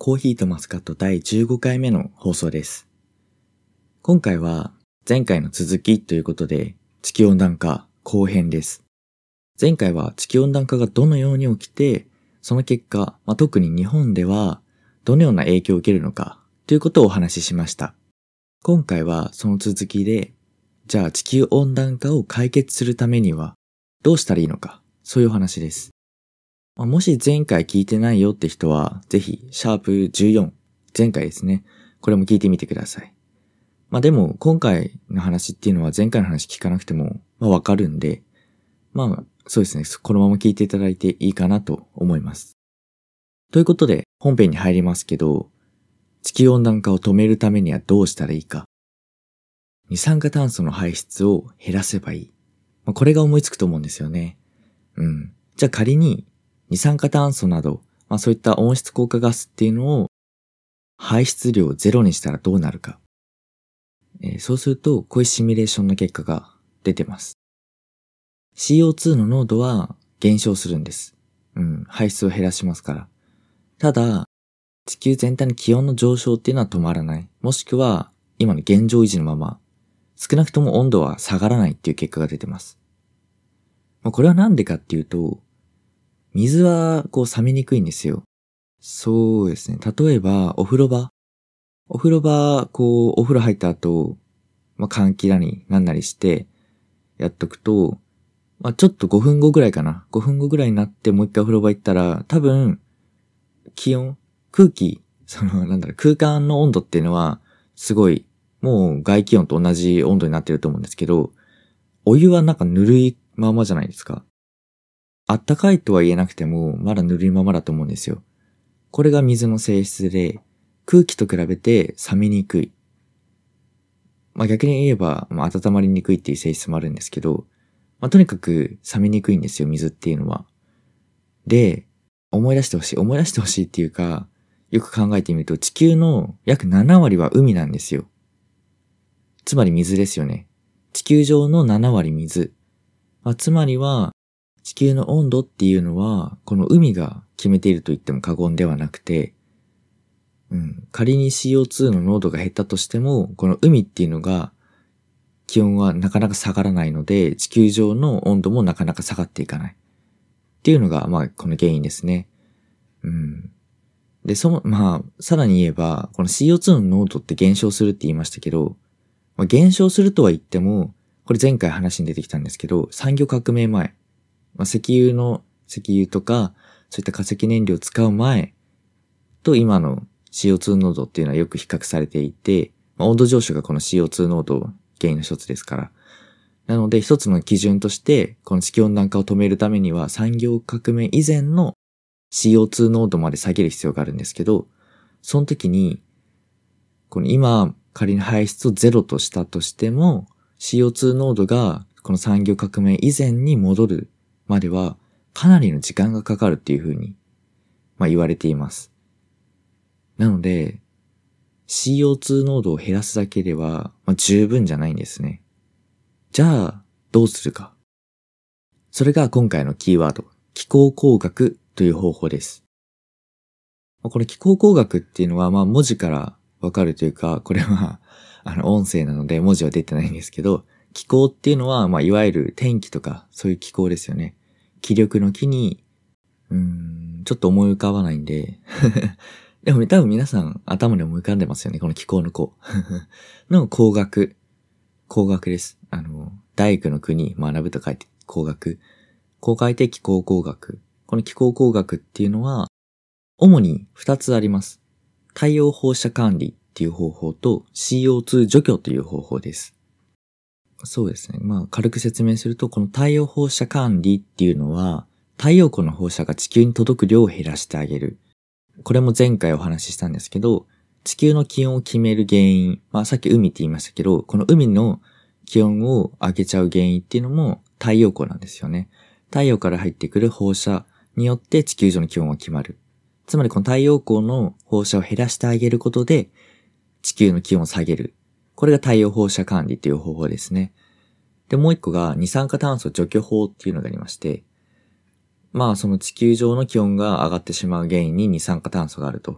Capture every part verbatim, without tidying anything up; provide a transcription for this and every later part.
コーヒーとマスカットだいじゅうごかいめの放送です。今回は前回の続きということで地球温暖化後編です。前回は地球温暖化がどのように起きて、その結果、まあ、特に日本ではどのような影響を受けるのかということをお話ししました。今回はその続きで、じゃあ地球温暖化を解決するためにはどうしたらいいのか、そういうお話です。もし前回聞いてないよって人は、ぜひ、シャープじゅうよん、前回ですね。これも聞いてみてください。まあでも、今回の話っていうのは前回の話聞かなくても、まあわかるんで、まあ、そうですね。このまま聞いていただいていいかなと思います。ということで、本編に入りますけど、地球温暖化を止めるためにはどうしたらいいか。二酸化炭素の排出を減らせばいい。まあ、これが思いつくと思うんですよね。うん。じゃあ仮に、二酸化炭素など、まあそういった温室効果ガスっていうのを排出量をゼロにしたらどうなるか。えー、そうすると、こういうシミュレーションの結果が出てます。シーオーツー の濃度は減少するんです。うん、排出を減らしますから。ただ、地球全体の気温の上昇っていうのは止まらない。もしくは、今の現状維持のまま、少なくとも温度は下がらないっていう結果が出てます。まあ、これはなんでかっていうと、水はこう冷めにくいんですよ。そうですね。例えば、お風呂場。お風呂場、こう、お風呂入った後、まあ、換気なりなんなりして、やっとくと、まあ、ちょっとごふんごぐらいかな。ごふんごぐらいになってもう一回お風呂場行ったら、多分、気温、空気、その、なんだろう、空間の温度っていうのは、すごい、もう外気温と同じ温度になってると思うんですけど、お湯はなんかぬるいままじゃないですか。あったかいとは言えなくても、まだぬるいままだと思うんですよ。これが水の性質で、空気と比べて冷めにくい。まあ逆に言えば、まあ、温まりにくいっていう性質もあるんですけど、まあとにかく冷めにくいんですよ、水っていうのは。で、思い出してほしい。思い出してほしいっていうか、よく考えてみると地球の約ななわりは海なんですよ。つまり水ですよね。地球上のななわり水。まあ、つまりは、地球の温度っていうのは、この海が決めていると言っても過言ではなくて、うん、仮に シーオーツー の濃度が減ったとしても、この海っていうのが、気温はなかなか下がらないので、地球上の温度もなかなか下がっていかない。っていうのが、まあ、この原因ですね。うん。で、その、まあ、さらに言えば、この シーオーツー の濃度って減少するって言いましたけど、まあ、減少するとは言っても、これ前回話に出てきたんですけど、産業革命前、まあ、石油の、石油とか、そういった化石燃料を使う前と今の シーオーツー 濃度っていうのはよく比較されていて、まあ、温度上昇がこの シーオーツー 濃度原因の一つですから。なので一つの基準として、この地球温暖化を止めるためには産業革命以前の シーオーツー 濃度まで下げる必要があるんですけど、その時に、この今仮に排出をゼロとしたとしても、シーオーツー 濃度がこの産業革命以前に戻るまではかなりの時間がかかるっていうふうに、まあ、言われています。なので シーオーツー 濃度を減らすだけでは、まあ、十分じゃないんですね。じゃあどうするか。それが今回のキーワード、気候工学という方法です。これ気候工学っていうのはまあ文字からわかるというか、これはあの音声なので文字は出てないんですけど、気候っていうのはまあいわゆる天気とかそういう気候ですよね。気力の気に、うーん、ちょっと思い浮かばないんででも多分皆さん頭に思い浮かんでますよね、この気候の子の工学。工学です。あの、大工の国、学ぶと書いて工学。こう書いて気候工学。この気候工学っていうのは、主に二つあります。太陽放射管理っていう方法と シーオーツー 除去という方法です。そうですね。まあ軽く説明すると、この太陽放射管理っていうのは、太陽光の放射が地球に届く量を減らしてあげる。これも前回お話ししたんですけど、地球の気温を決める原因、まあさっき海って言いましたけど、この海の気温を上げちゃう原因っていうのも太陽光なんですよね。太陽から入ってくる放射によって地球上の気温が決まる。つまりこの太陽光の放射を減らしてあげることで地球の気温を下げる。これが太陽放射管理という方法ですね。で、もう一個が二酸化炭素除去法っていうのがありまして、まあその地球上の気温が上がってしまう原因に二酸化炭素があると。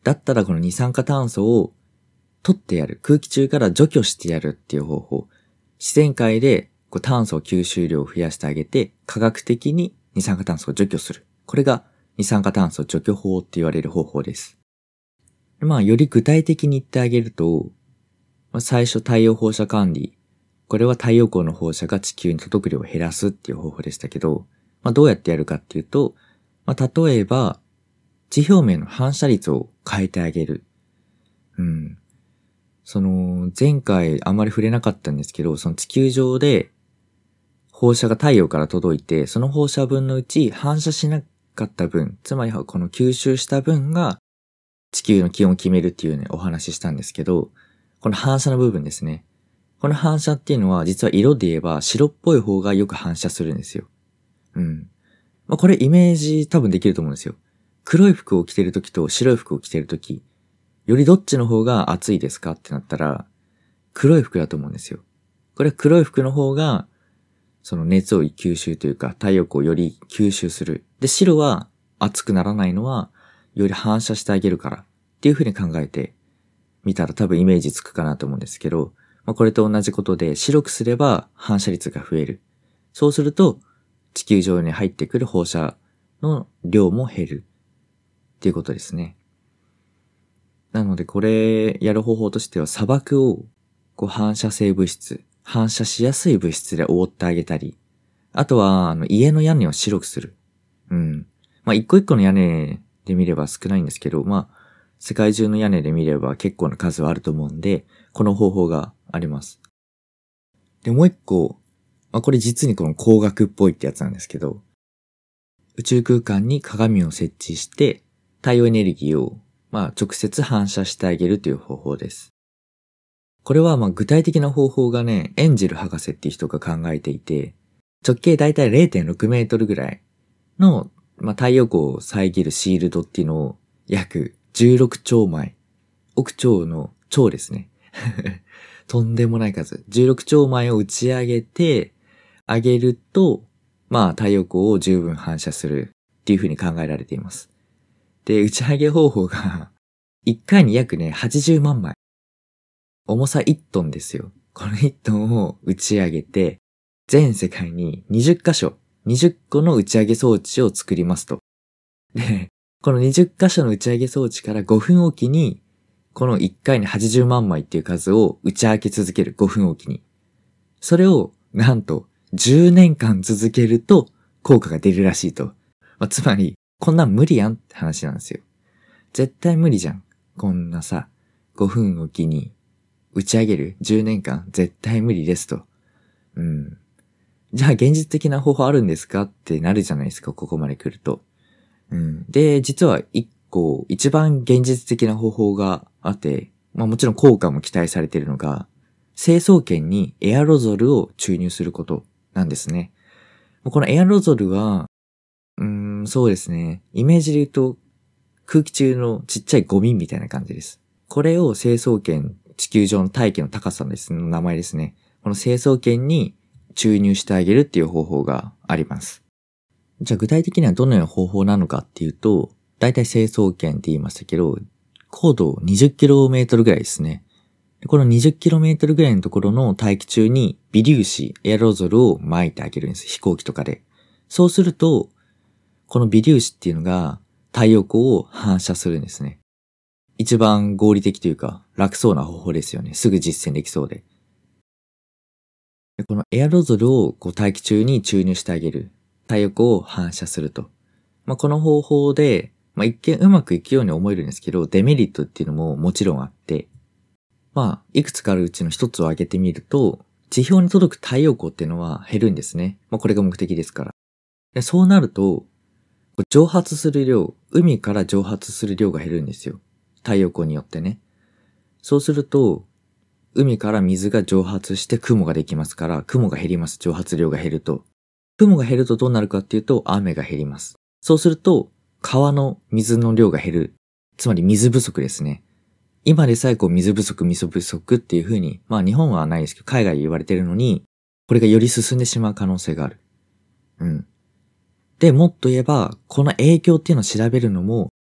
だったらこの二酸化炭素を取ってやる。空気中から除去してやるっていう方法。自然界でこう炭素吸収量を増やしてあげて、科学的に二酸化炭素を除去する。これが二酸化炭素除去法って言われる方法です。まあ、より具体的に言ってあげると、まあ、最初太陽放射管理。これは太陽光の放射が地球に届く量を減らすっていう方法でしたけど、まあ、どうやってやるかっていうと、まあ、例えば、地表面の反射率を変えてあげる。うん。その、前回あんまり触れなかったんですけど、その地球上で放射が太陽から届いて、その放射分のうち反射しなかった分、つまりこの吸収した分が地球の気温を決めるっていうね、お話ししたんですけど、この反射の部分ですね。この反射っていうのは実は色で言えば白っぽい方がよく反射するんですよ。うん。まあ、これイメージ多分できると思うんですよ。黒い服を着てるときと白い服を着てるとき、よりどっちの方が暑いですかってなったら、黒い服だと思うんですよ。これは黒い服の方が、その熱を吸収というか太陽光をより吸収する。で、白は暑くならないのは、より反射してあげるからっていう風に考えてみたら多分イメージつくかなと思うんですけど、まあ、これと同じことで白くすれば反射率が増える。そうすると地球上に入ってくる放射の量も減るっていうことですね。なのでこれやる方法としては砂漠をこう反射性物質、反射しやすい物質で覆ってあげたり、あとはあの家の屋根を白くする。うん。まあ一個一個の屋根で見れば少ないんですけど、まあ世界中の屋根で見れば結構な数はあると思うんで、この方法があります。で、もう一個、まあこれ実にこの光学っぽいってやつなんですけど、宇宙空間に鏡を設置して太陽エネルギーをまあ直接反射してあげるという方法です。これはまあ具体的な方法がね、エンジェル博士っていう人が考えていて、直径だいたい れいてんろくメートルぐらいの、まあ、太陽光を遮るシールドっていうのを約じゅうろくちょうまい、億兆の兆ですね。とんでもない数。じゅうろくちょうまいを打ち上げてあげると、まあ太陽光を十分反射するっていう風に考えられています。で、打ち上げ方法がいっかいに約ね、はちじゅうまんまい。重さいちトンですよ。このいちトンを打ち上げて、全世界ににじゅっかしょ、にじゅっこの打ち上げ装置を作りますと。で、このにじゅっかしょの打ち上げ装置からごふんおきに、このいっかいにはちじゅうまんまいっていう数を打ち上げ続けるごふんおきに。それを、なんと、じゅうねんかん続けると効果が出るらしいと。まあ、つまり、こんなん無理やんって話なんですよ。絶対無理じゃん。こんなさ、ごふんおきに打ち上げるじゅうねんかん絶対無理ですと。うん。じゃあ現実的な方法あるんですかってなるじゃないですか、ここまで来ると。うん。で、実は一個、一番現実的な方法があって、まあもちろん効果も期待されているのが、成層圏にエアロゾルを注入することなんですね。このエアロゾルは、うーん、そうですね。イメージで言うと、空気中のちっちゃいゴミみたいな感じです。これを成層圏、地球上の大気の高さですの名前ですね。この成層圏に注入してあげるっていう方法があります。じゃあ具体的にはどのような方法なのかっていうと、だいたい成層圏って言いましたけど、高度 にじゅっキロメートル ぐらいですね。この にじゅっキロメートル ぐらいのところの大気中に微粒子、エアロゾルを撒いてあげるんです。飛行機とかで。そうすると、この微粒子っていうのが太陽光を反射するんですね。一番合理的というか楽そうな方法ですよね。すぐ実践できそうで。このエアロゾルをこう大気中に注入してあげる。太陽光を反射すると。まあ、この方法で、まあ、一見うまくいくように思えるんですけど、デメリットっていうのももちろんあって、まあ、いくつかあるうちの一つを挙げてみると、地表に届く太陽光っていうのは減るんですね。まあ、これが目的ですから。でそうなると、蒸発する量、海から蒸発する量が減るんですよ。太陽光によってね。そうすると、海から水が蒸発して雲ができますから、雲が減ります。蒸発量が減ると。雲が減るとどうなるかっていうと、雨が減ります。そうすると、川の水の量が減る。つまり水不足ですね。今でさえこう水不足、水不足っていう風に、まあ日本はないですけど、海外で言われてるのに、これがより進んでしまう可能性がある。うん。で、もっと言えば、この影響っていうのを調べるのも、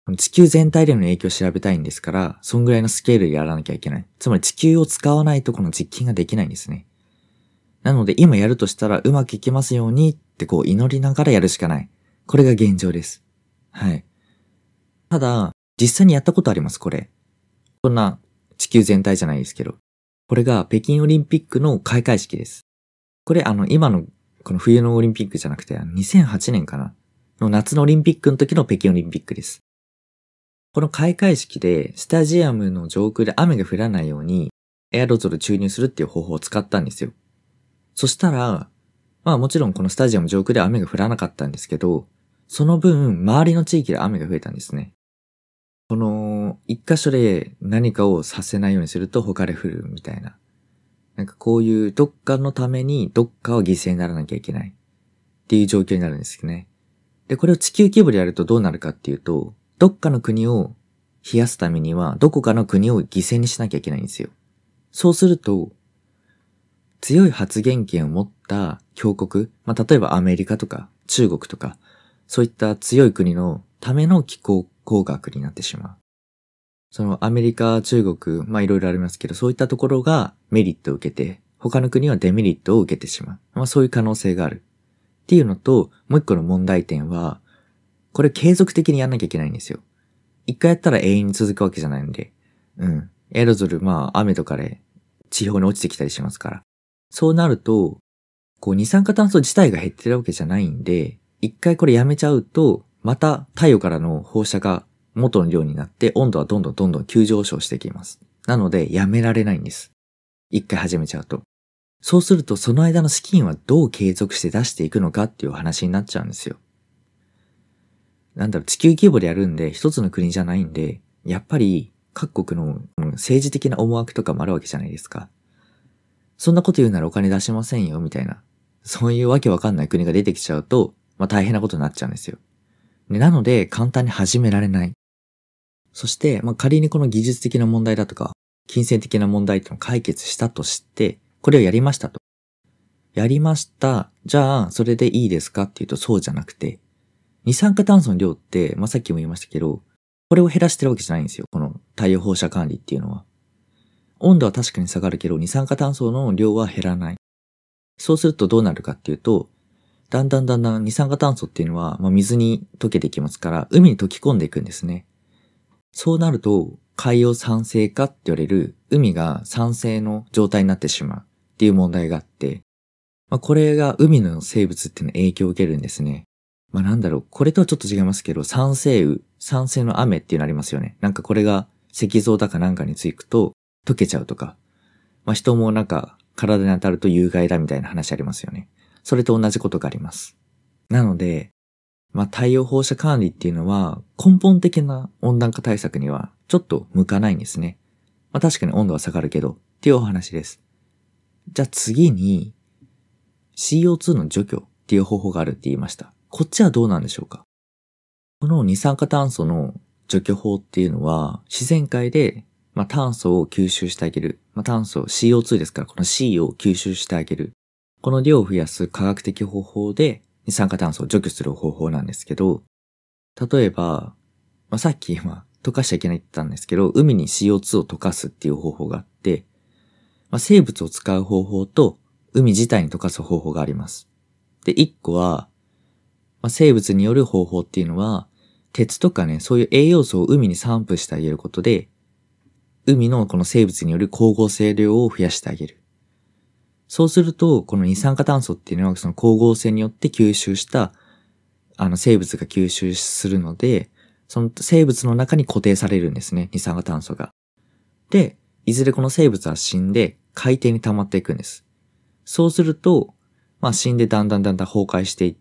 地球全体での影響を調べたいんですから、そんぐらいのスケールでやらなきゃいけない。つまり地球を使わないとこの実験ができないんですね。なので今やるとしたらうまくいきますようにってこう祈りながらやるしかない。これが現状です。はい。ただ、実際にやったことあります、これ。こんな地球全体じゃないですけど。これが北京オリンピックの開会式です。これあの今のこの冬のオリンピックじゃなくてにせんはちねんかなの夏のオリンピックの時の北京オリンピックです。この開会式でスタジアムの上空で雨が降らないようにエアロゾル注入するっていう方法を使ったんですよ。そしたら、まあもちろんこのスタジアム上空で雨が降らなかったんですけど、その分周りの地域で雨が増えたんですね。この一箇所で何かをさせないようにすると他で降るみたいな。なんかこういうどっかのためにどっかは犠牲にならなきゃいけないっていう状況になるんですよね。で、これを地球規模でやるとどうなるかっていうと、どっかの国を冷やすためにはどこかの国を犠牲にしなきゃいけないんですよ。そうすると、強い発言権を持った強国、まあ、例えばアメリカとか中国とか、そういった強い国のための気候工学になってしまう。そのアメリカ、中国、まあいろいろありますけど、そういったところがメリットを受けて、他の国はデメリットを受けてしまう。まあそういう可能性がある。っていうのと、もう一個の問題点は、これ継続的にやんなきゃいけないんですよ。一回やったら永遠に続くわけじゃないんで。うん。エアロゾル、まあ雨とかで地表に落ちてきたりしますから。そうなると、こう二酸化炭素自体が減ってるわけじゃないんで、一回これやめちゃうと、また太陽からの放射が元の量になって温度はどんどんどんどん急上昇していきます。なのでやめられないんです。一回始めちゃうと。そうするとその間の資金はどう継続して出していくのかっていう話になっちゃうんですよ。なんだろう、地球規模でやるんで一つの国じゃないんで、やっぱり各国の政治的な思惑とかもあるわけじゃないですか。そんなこと言うならお金出しませんよみたいな、そういうわけわかんない国が出てきちゃうと、まあ大変なことになっちゃうんですよ。でなので簡単に始められない。そして、まあ、仮にこの技術的な問題だとか、金銭的な問題っていうのを解決したとして、これをやりましたと。やりました。じゃあ、それでいいですかっていうとそうじゃなくて、二酸化炭素の量って、まあ、さっきも言いましたけど、これを減らしてるわけじゃないんですよ。この太陽放射管理っていうのは。温度は確かに下がるけど、二酸化炭素の量は減らない。そうするとどうなるかっていうと、だんだんだんだん二酸化炭素っていうのは、まあ、水に溶けていきますから、海に溶き込んでいくんですね。そうなると、海洋酸性化って言われる海が酸性の状態になってしまうっていう問題があって、まあ、これが海の生物っていうの影響を受けるんですね。まあなんだろう、これとはちょっと違いますけど、酸性雨、酸性の雨っていうのありますよね。なんかこれが石像だかなんかにつくと溶けちゃうとか、まあ人もなんか体に当たると有害だみたいな話ありますよね。それと同じことがあります。なので、まあ太陽放射管理っていうのは根本的な温暖化対策にはちょっと向かないんですね。まあ確かに温度は下がるけどっていうお話です。じゃあ次に シーオーツー の除去っていう方法があるって言いました。こっちはどうなんでしょうか。この二酸化炭素の除去法っていうのは自然界で、まあ、炭素を吸収してあげる。まあ、炭素 シーオーツー ですからこの C を吸収してあげる。この量を増やす科学的方法で二酸化炭素を除去する方法なんですけど、例えば、まあ、さっき今溶かしちゃいけないって言ったんですけど、海に シーオーツー を溶かすっていう方法があって、まあ、生物を使う方法と海自体に溶かす方法があります。で、一個は、まあ、生物による方法っていうのは、鉄とかね、そういう栄養素を海に散布してあげることで、海のこの生物による光合成量を増やしてあげる。そうすると、この二酸化炭素っていうのはその光合成によって吸収した、あの生物が吸収するので、その生物の中に固定されるんですね、二酸化炭素が。で、いずれこの生物は死んで海底に溜まっていくんです。そうすると、まあ死んでだんだんだんだん崩壊していって、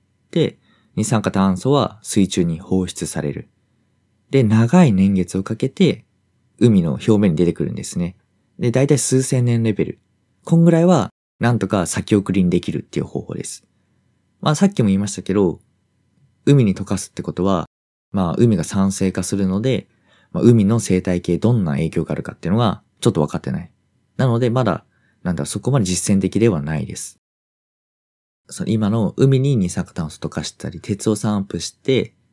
二酸化炭素は水中に放出される。で、長い年月をかけて海の表面に出てくるんですね。で、だいたい数千年レベル。こんぐらいはなんとか先送りにできるっていう方法です。まあさっきも言いましたけど、海に溶かすってことは、まあ海が酸性化するので、まあ、海の生態系どんな影響があるかっていうのがちょっと分かってない。なのでまだ、なんだそこまで実践的ではないです。その今の海に二酸化炭素溶かしたり、鉄を散布して、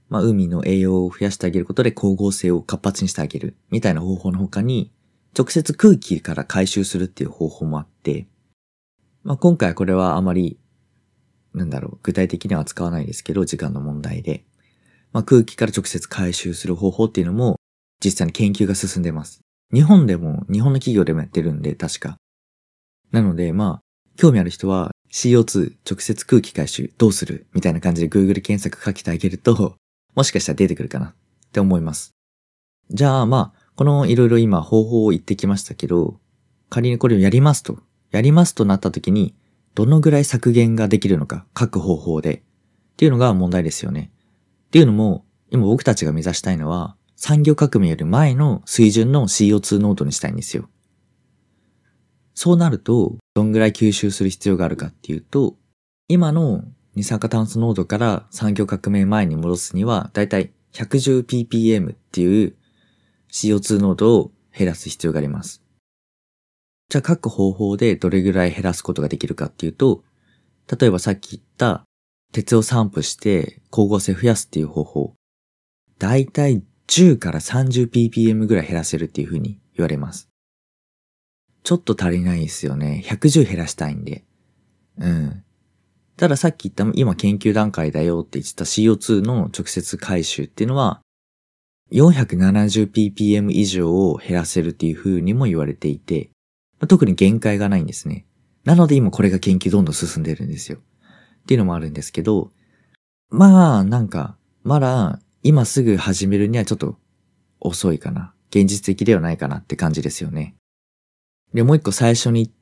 まあ、海の栄養を増やしてあげることで光合成を活発にしてあげるみたいな方法の他に、直接空気から回収するっていう方法もあって、まあ、今回これはあまり、なんだろう、具体的には扱わないですけど、時間の問題で、まあ、空気から直接回収する方法っていうのも、実際に研究が進んでます。日本でも、日本の企業でもやってるんで、確か。なので、まあ、興味ある人は シーオーツー 直接空気回収どうするみたいな感じで Google 検索かけてあげると、もしかしたら出てくるかなって思います。じゃあ、まあ、このいろいろ今方法を言ってきましたけど、仮にこれをやりますと、やりますとなった時に、どのぐらい削減ができるのか、各方法で。っていうのが問題ですよね。っていうのも、今僕たちが目指したいのは、産業革命より前の水準の シーオーツー 濃度にしたいんですよ。そうなると、どんぐらい吸収する必要があるかっていうと、今の二酸化炭素濃度から産業革命前に戻すには、だいたい ひゃくじゅうピーピーエム っていう シーオーツー 濃度を減らす必要があります。じゃあ各方法でどれぐらい減らすことができるかっていうと、例えばさっき言った鉄を散布して光合成増やすっていう方法、だいたいじゅうから さんじゅうピーピーエム ぐらい減らせるっていう風に言われます。ちょっと足りないですよね。ひゃくじゅう減らしたいんで。うん。たださっき言った今研究段階だよって言ってた シーオーツー の直接回収っていうのは よんひゃくななじゅうピーピーエム 以上を減らせるっていう風にも言われていて、特に限界がないんですね。なので今これが研究どんどん進んでるんですよ。っていうのもあるんですけど、まあなんか、まだ今すぐ始めるにはちょっと遅いかな。現実的ではないかなって感じですよね。で、もう一個最初に言った、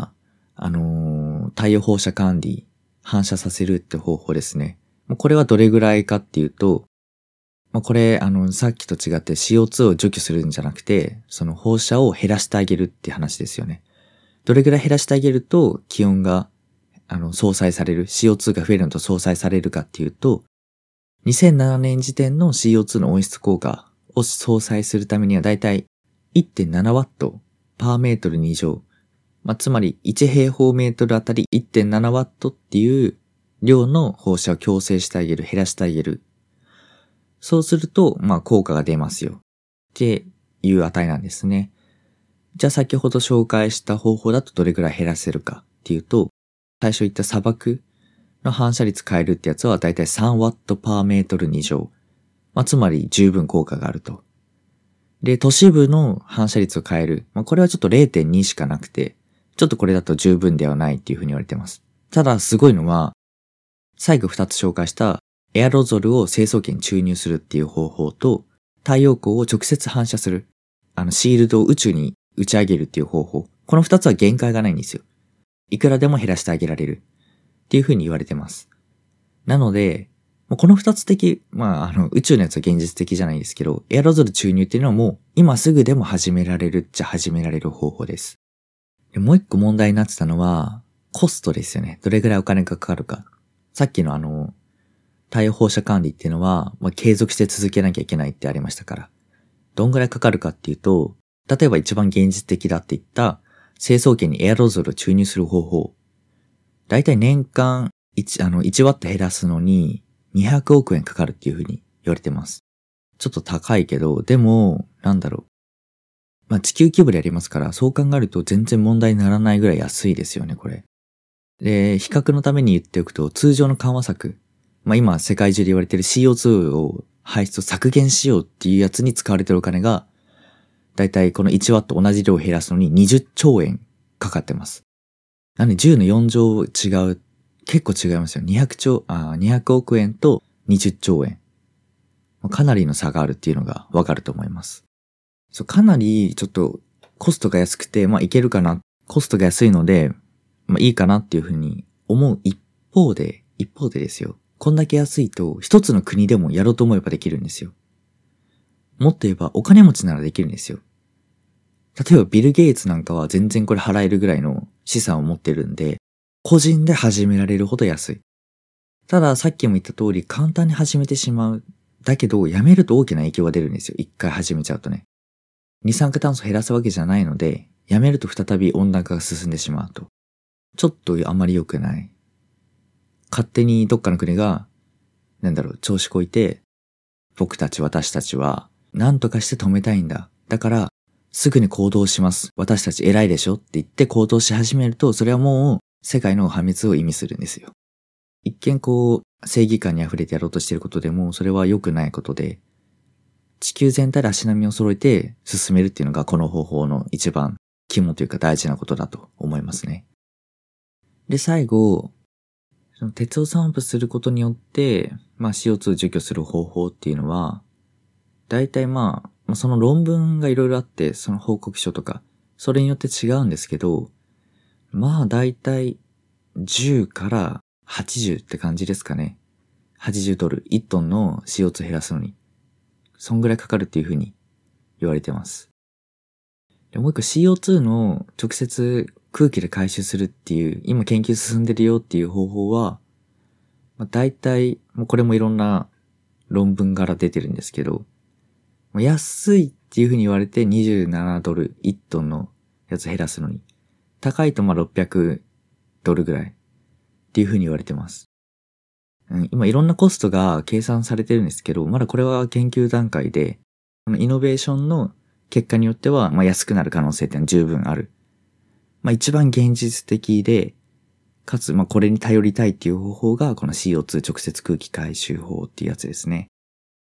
あのー、太陽放射管理、反射させるって方法ですね。これはどれぐらいかっていうと、まあ、これ、あの、さっきと違って シーオーツー を除去するんじゃなくて、その放射を減らしてあげるって話ですよね。どれぐらい減らしてあげると気温が、あの、相殺される、シーオーツー が増えるのと相殺されるかっていうと、にせんななねん時点の シーオーツー の温室効果を相殺するためにはだいたい いってんななワットパーメートルに乗。まあ、つまりいち平方メートルあたり いってんななワットっていう量の放射を強制してあげる、減らしてあげる。そうすると、まあ効果が出ますよ。っていう値なんですね。じゃあ先ほど紹介した方法だとどれくらい減らせるかっていうと、最初言った砂漠の反射率変えるってやつはだいたいさんワットパーメートルに乗。まあつまり十分効果があると。で、都市部の反射率を変える。まあこれはちょっと れいてんに しかなくて、ちょっとこれだと十分ではないっていうふうに言われてます。ただすごいのは、最後ふたつ紹介したエアロゾルを清掃機に注入するっていう方法と、太陽光を直接反射する。あの、シールドを宇宙に打ち上げるっていう方法。このふたつは限界がないんですよ。いくらでも減らしてあげられる。っていう風に言われてます。なので、このふたつ的、まあ、あの、宇宙のやつは現実的じゃないですけど、エアロゾル注入っていうのはもう、今すぐでも始められるっちゃ始められる方法です。でもう一個問題になってたのは、コストですよね。どれぐらいお金がかかるか。さっきのあの、太陽放射管理っていうのは、まあ、継続して続けなきゃいけないってありましたから。どんぐらいかかるかっていうと、例えば一番現実的だって言った、清掃機にエアロゾルを注入する方法。だいたい年間1、あの、いちワット減らすのににひゃくおくえんかかるっていう風に言われてます。ちょっと高いけど、でも、なんだろう。まあ、地球規模でやりますから、そう考えると全然問題にならないぐらい安いですよね、これ。で、比較のために言っておくと、通常の緩和策。まあ今世界中で言われている シーオーツー を排出を削減しようっていうやつに使われているお金が、だいたいこのいちワット同じ量を減らすのににじゅっちょうえんかかってます。なのでじゅうのよん乗違う。結構違いますよ。にひゃくちょう、あ、にひゃくおくえんとにじゅっちょうえん。かなりの差があるっていうのがわかると思います。そう、かなりちょっとコストが安くて、まあいけるかな。コストが安いので、まあいいかなっていうふうに思う一方で、一方でですよ。こんだけ安いと一つの国でもやろうと思えばできるんですよ。もっと言えばお金持ちならできるんですよ。例えばビル・ゲイツなんかは全然これ払えるぐらいの資産を持ってるんで、個人で始められるほど安い。たださっきも言った通り簡単に始めてしまう。だけどやめると大きな影響が出るんですよ。一回始めちゃうとね。二酸化炭素減らすわけじゃないので、やめると再び温暖化が進んでしまうと。ちょっとあんまり良くない。勝手にどっかの国が、なんだろう、調子こいて、 僕たち私たちは何とかして止めたいんだ。だからすぐに行動します。私たち偉いでしょって言って行動し始めると、それはもう世界の破滅を意味するんですよ。一見こう正義感に溢れてやろうとしていることでもそれは良くないことで、地球全体で足並みを揃えて進めるっていうのがこの方法の一番肝というか大事なことだと思いますね。で、最後、その鉄を散布することによって、まあ シーオーツー を除去する方法っていうのは、だいたいまあ、まあ、その論文がいろいろあって、その報告書とか、それによって違うんですけど、まあだいたいじゅうからはちじゅうって感じですかね。はちじゅうドル、いちトンの シーオーツー 減らすのに、そんぐらいかかるっていうふうに言われてます。でもう一個 シーオーツー の直接空気で回収するっていう、今研究進んでるよっていう方法は、まあ、大体、もうこれもいろんな論文から出てるんですけど、安いっていうふうに言われてにじゅうななドル、いちトンのやつ減らすのに、高いとまあろっぴゃくドルぐらいっていうふうに言われてます。うん、今いろんなコストが計算されてるんですけど、まだこれは研究段階で、このイノベーションの結果によっては、まあ、安くなる可能性ってのは十分ある。まあ、一番現実的で、かつ、まあ、これに頼りたいっていう方法が、この シーオーツー 直接空気回収法っていうやつですね。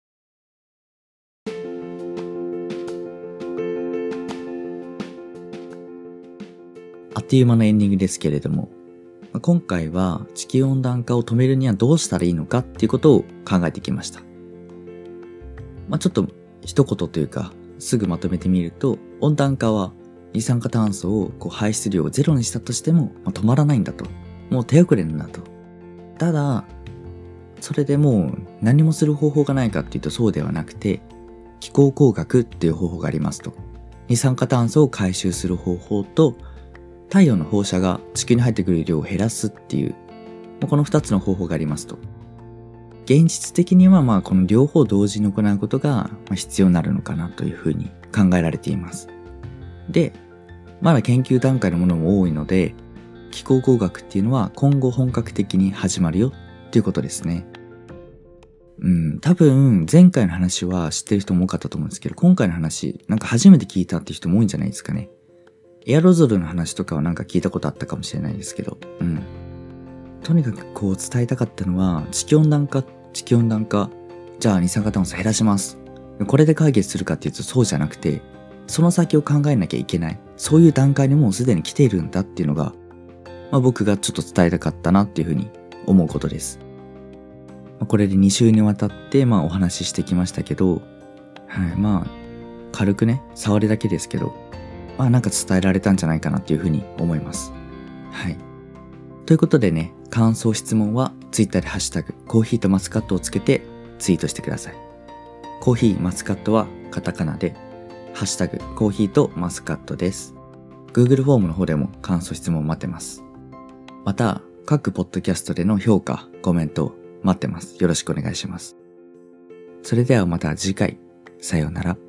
あっという間のエンディングですけれども、今回は地球温暖化を止めるにはどうしたらいいのかっていうことを考えてきました。まあ、ちょっと一言というか、すぐまとめてみると、温暖化は二酸化炭素をこう排出量をゼロにしたとしても、まあ、止まらないんだと。もう手遅れなんだと。ただ、それでもう何もする方法がないかっていうとそうではなくて、気候工学っていう方法がありますと。二酸化炭素を回収する方法と、太陽の放射が地球に入ってくる量を減らすっていう、この二つの方法がありますと。現実的にはまあこの両方同時に行うことが必要になるのかなというふうに考えられています。で、まだ研究段階のものも多いので、気候工学っていうのは今後本格的に始まるよっていうことですね。うん、多分前回の話は知ってる人も多かったと思うんですけど、今回の話なんか初めて聞いたっていう人も多いんじゃないですかね。エアロゾルの話とかはなんか聞いたことあったかもしれないですけど、うん。とにかくこう伝えたかったのは、地球温暖化、地球温暖化、じゃあ二酸化炭素減らします。これで解決するかっていうとそうじゃなくて、その先を考えなきゃいけない。そういう段階にもうすでに来ているんだっていうのが、まあ、僕がちょっと伝えたかったなっていうふうに思うことです。まあ、これでに週にわたってまあお話ししてきましたけど、はい、まあ軽くね、触りだけですけど、まあなんか伝えられたんじゃないかなっていうふうに思います。はい。ということでね、感想質問はツイッターでハッシュタグコーヒーとマスカットをつけてツイートしてください。コーヒーマスカットはカタカナで、ハッシュタグコーヒーとマスカットです。Google フォームの方でも感想質問待ってます。また、各ポッドキャストでの評価、コメント待ってます。よろしくお願いします。それではまた次回。さようなら。